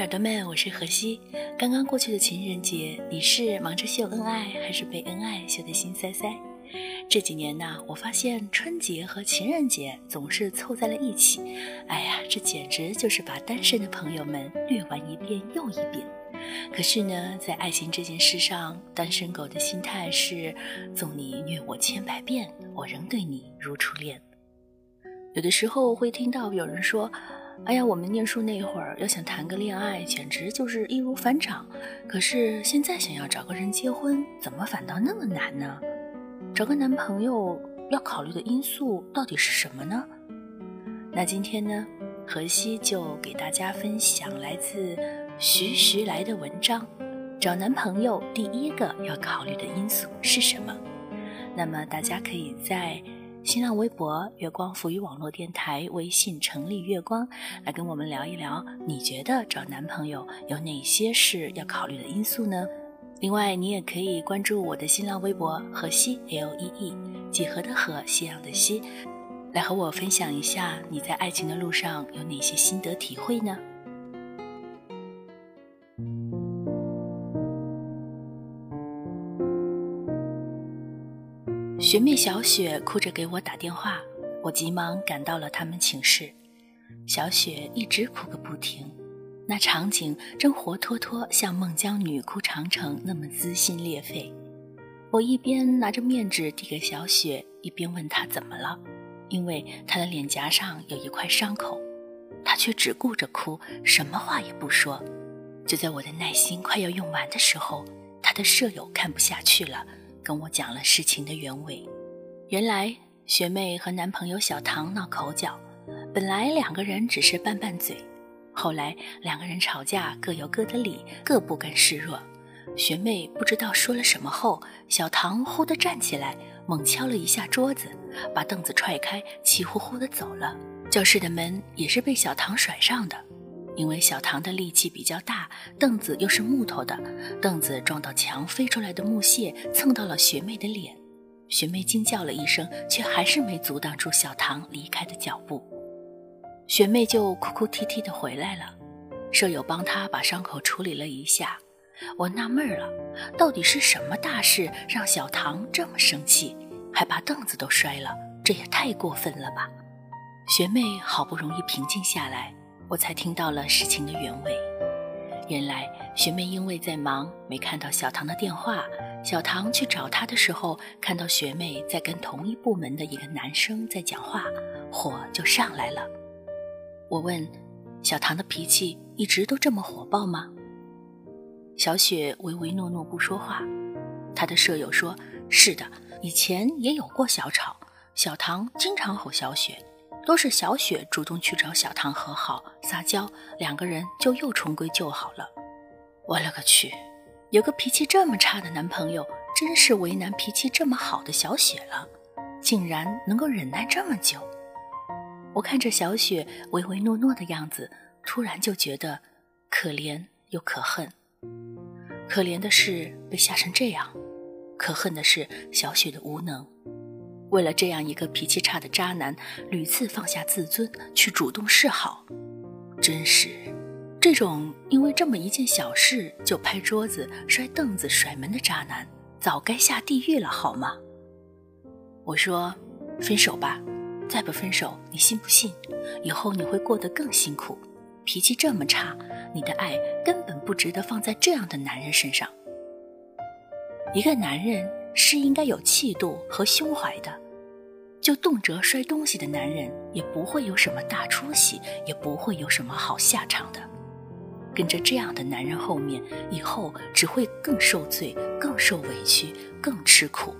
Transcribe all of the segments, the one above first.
朵们，我是何西。刚刚过去的情人节，你是忙着秀恩爱，还是被恩爱秀得心塞塞？这几年呢，我发现春节和情人节总是凑在了一起。哎呀，这简直就是把单身的朋友们虐完一遍又一遍。可是呢，在爱情这件事上，单身狗的心态是纵你虐我千百遍，我仍对你如初恋。有的时候会听到有人说，哎呀，我们念书那会儿要想谈个恋爱，简直就是易如反掌。可是现在想要找个人结婚，怎么反倒那么难呢？找个男朋友要考虑的因素到底是什么呢？那今天呢，何西就给大家分享来自徐来的文章，找男朋友第一个要考虑的因素是什么？那么大家可以在新浪微博月光浮语网络电台，微信成立月光，来跟我们聊一聊，你觉得找男朋友有哪些是要考虑的因素呢？另外你也可以关注我的新浪微博何西 LEE 几何的何，夕阳的西，来和我分享一下你在爱情的路上有哪些心得体会呢？学妹小雪哭着给我打电话，我急忙赶到了他们寝室。小雪一直哭个不停，那场景真活脱脱像孟姜女哭长城那么撕心裂肺。我一边拿着面纸递给小雪，一边问她怎么了，因为她的脸颊上有一块伤口，她却只顾着哭，什么话也不说。就在我的耐心快要用完的时候，她的舍友看不下去了，跟我讲了事情的原委。原来学妹和男朋友小唐闹口角，本来两个人只是拌拌嘴，后来两个人吵架各有各的理，各不甘示弱。学妹不知道说了什么后，小唐忽地站起来，猛敲了一下桌子，把凳子踹开，气呼呼地走了。教室的门也是被小唐甩上的，因为小唐的力气比较大，凳子又是木头的，凳子撞到墙飞出来的木屑蹭到了学妹的脸。学妹惊叫了一声，却还是没阻挡住小唐离开的脚步。学妹就哭哭啼啼地回来了，舍友帮她把伤口处理了一下。我纳闷了，到底是什么大事让小唐这么生气，还把凳子都摔了，这也太过分了吧。学妹好不容易平静下来，我才听到了事情的原委。原来学妹因为在忙，没看到小唐的电话，小唐去找她的时候，看到学妹在跟同一部门的一个男生在讲话，火就上来了。我问，小唐的脾气一直都这么火爆吗？小雪唯唯诺诺不说话。她的舍友说，是的，以前也有过小吵，小唐经常吼小雪，都是小雪主动去找小唐和好撒娇，两个人就又重归旧好了。我勒个去，有个脾气这么差的男朋友，真是为难脾气这么好的小雪了，竟然能够忍耐这么久。我看着小雪唯唯诺诺的样子，突然就觉得可怜又可恨。可怜的是被吓成这样，可恨的是小雪的无能。为了这样一个脾气差的渣男，屡次放下自尊去主动示好，真是这种因为这么一件小事就拍桌子摔凳子甩门的渣男，早该下地狱了好吗？我说，分手吧，再不分手，你信不信以后你会过得更辛苦？脾气这么差，你的爱根本不值得放在这样的男人身上。一个男人是应该有气度和胸怀的，就动辄摔东西的男人也不会有什么大出息，也不会有什么好下场的。跟着这样的男人后面，以后只会更受罪，更受委屈，更吃苦。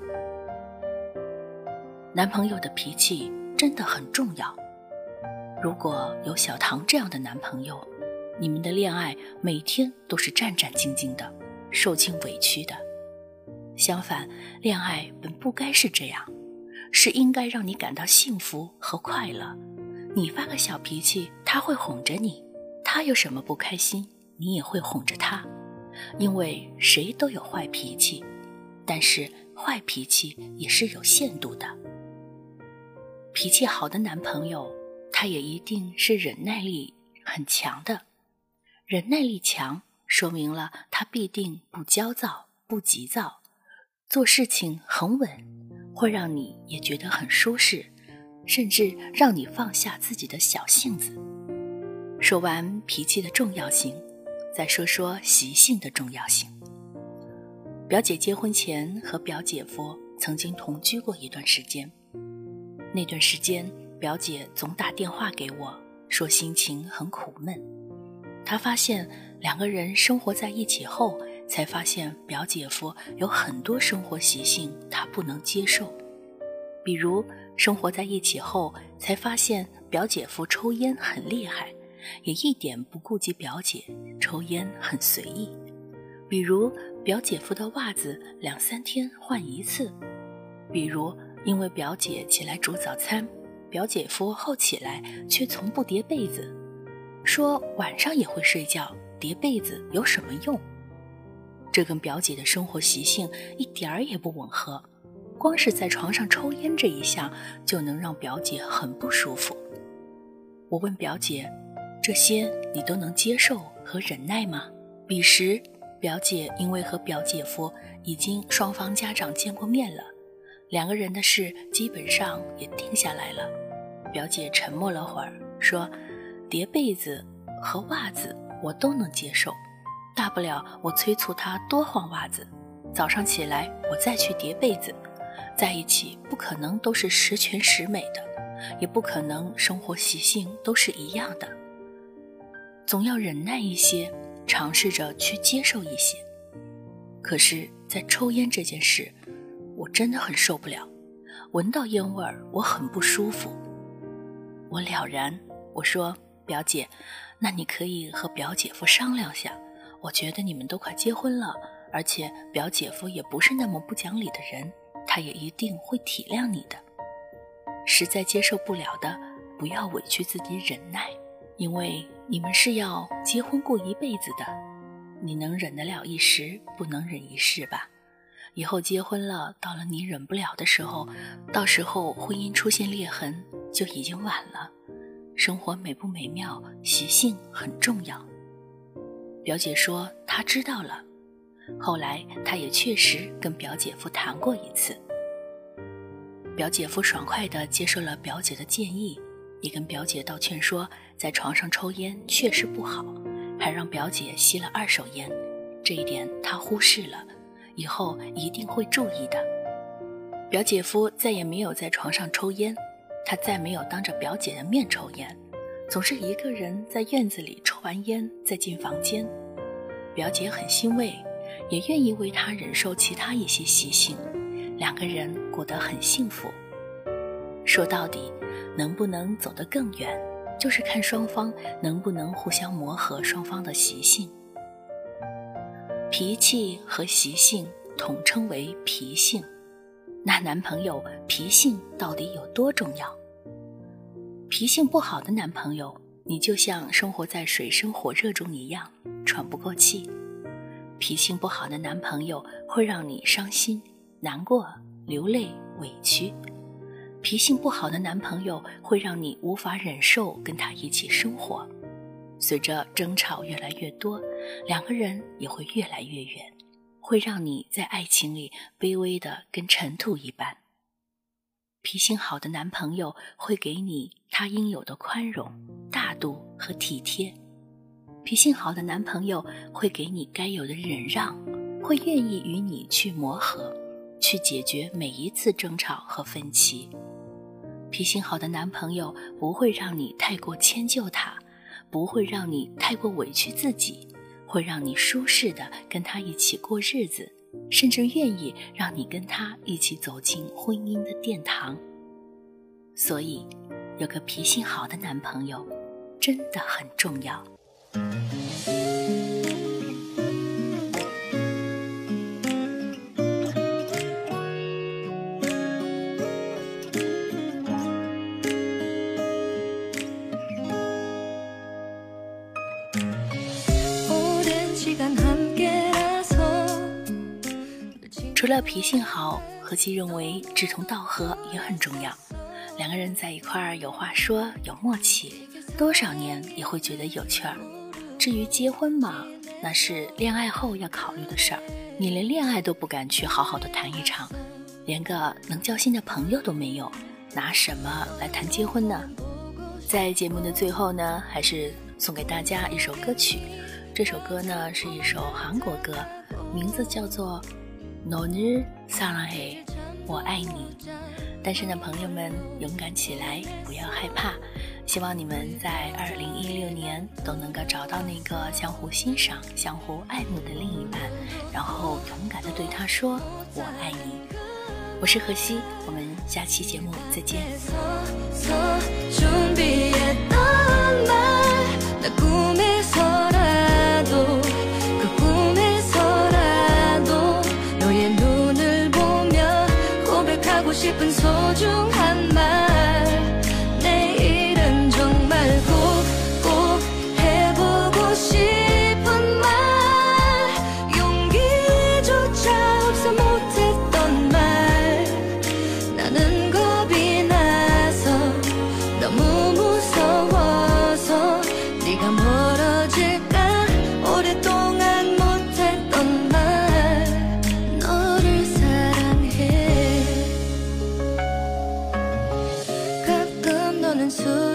男朋友的脾气真的很重要。如果有小唐这样的男朋友，你们的恋爱每天都是战战兢兢的，受尽委屈的。相反，恋爱本不该是这样，是应该让你感到幸福和快乐。你发个小脾气，他会哄着你，他有什么不开心，你也会哄着他。因为谁都有坏脾气，但是坏脾气也是有限度的。脾气好的男朋友，他也一定是忍耐力很强的。 忍耐力强，说明了他必定不焦躁、不急躁，做事情很稳，会让你也觉得很舒适，甚至让你放下自己的小性子。说完脾气的重要性，再说说习性的重要性。表姐结婚前和表姐夫曾经同居过一段时间，那段时间表姐总打电话给我，说心情很苦闷。她发现两个人生活在一起后，才发现表姐夫有很多生活习性她不能接受。比如生活在一起后，才发现表姐夫抽烟很厉害，也一点不顾及表姐，抽烟很随意。比如表姐夫的袜子2-3天换一次。比如因为表姐起来煮早餐，表姐夫后起来却从不叠被子，说晚上也会睡觉，叠被子有什么用？这跟表姐的生活习性一点儿也不吻合，光是在床上抽烟这一项就能让表姐很不舒服。我问表姐，这些你都能接受和忍耐吗？彼时表姐因为和表姐夫已经双方家长见过面了，两个人的事基本上也定下来了。表姐沉默了会儿，说叠被子和袜子我都能接受，大不了我催促他多换袜子，早上起来我再去叠被子，在一起不可能都是十全十美的，也不可能生活习性都是一样的，总要忍耐一些，尝试着去接受一些。可是在抽烟这件事，我真的很受不了，闻到烟味儿我很不舒服。我了然，我说表姐，那你可以和表姐夫商量下，我觉得你们都快结婚了，而且表姐夫也不是那么不讲理的人，他也一定会体谅你的。实在接受不了的，不要委屈自己忍耐，因为你们是要结婚过一辈子的，你能忍得了一时，不能忍一世吧。以后结婚了，到了你忍不了的时候，到时候婚姻出现裂痕就已经晚了。生活美不美妙，习性很重要。表姐说她知道了，后来她也确实跟表姐夫谈过一次。表姐夫爽快地接受了表姐的建议，也跟表姐道歉说在床上抽烟确实不好，还让表姐吸了2手烟，这一点他忽视了，以后一定会注意的。表姐夫再也没有在床上抽烟，他再没有当着表姐的面抽烟，总是一个人在院子里抽完烟再进房间。表姐很欣慰，也愿意为他忍受其他一些习性，两个人过得很幸福。说到底，能不能走得更远，就是看双方能不能互相磨合双方的习性。脾气和习性统称为脾性，那男朋友脾性到底有多重要？脾性不好的男朋友，你就像生活在水深火热中一样，喘不过气。脾性不好的男朋友会让你伤心、难过、流泪、委屈。脾性不好的男朋友会让你无法忍受跟他一起生活。随着争吵越来越多，两个人也会越来越远，会让你在爱情里卑微的跟尘土一般。脾性好的男朋友会给你他应有的宽容、大度和体贴。脾性好的男朋友会给你该有的忍让，会愿意与你去磨合，去解决每一次争吵和分歧。脾性好的男朋友不会让你太过迁就他，不会让你太过委屈自己，会让你舒适的跟他一起过日子，甚至愿意让你跟他一起走进婚姻的殿堂。所以，有个脾性好的男朋友真的很重要。除了脾性好，何其认为志同道合也很重要。两个人在一块儿有话说，有默契，多少年也会觉得有趣儿。 至于结婚嘛，那是恋爱后要考虑的事儿。你连恋爱都不敢去好好的谈一场，连个能交心的朋友都没有，拿什么来谈结婚呢？在节目的最后呢，还是送给大家一首歌曲。这首歌呢是一首韩国歌，名字叫做너를 사랑해，我爱你。单身的朋友们勇敢起来，不要害怕。希望你们在2016年都能够找到那个相互欣赏、相互爱慕的另一半，然後勇敢地對他說我愛你。我是何西，我們下期節目再見。싶은 소중한 말 내일은 정말 꼭 해보고 싶은 말 용기조차 없어 못했던 말 나는 겁이 나서 너무 무서워서 네가 멀어질까 오랫동안 못했던 말 너를 사랑해 So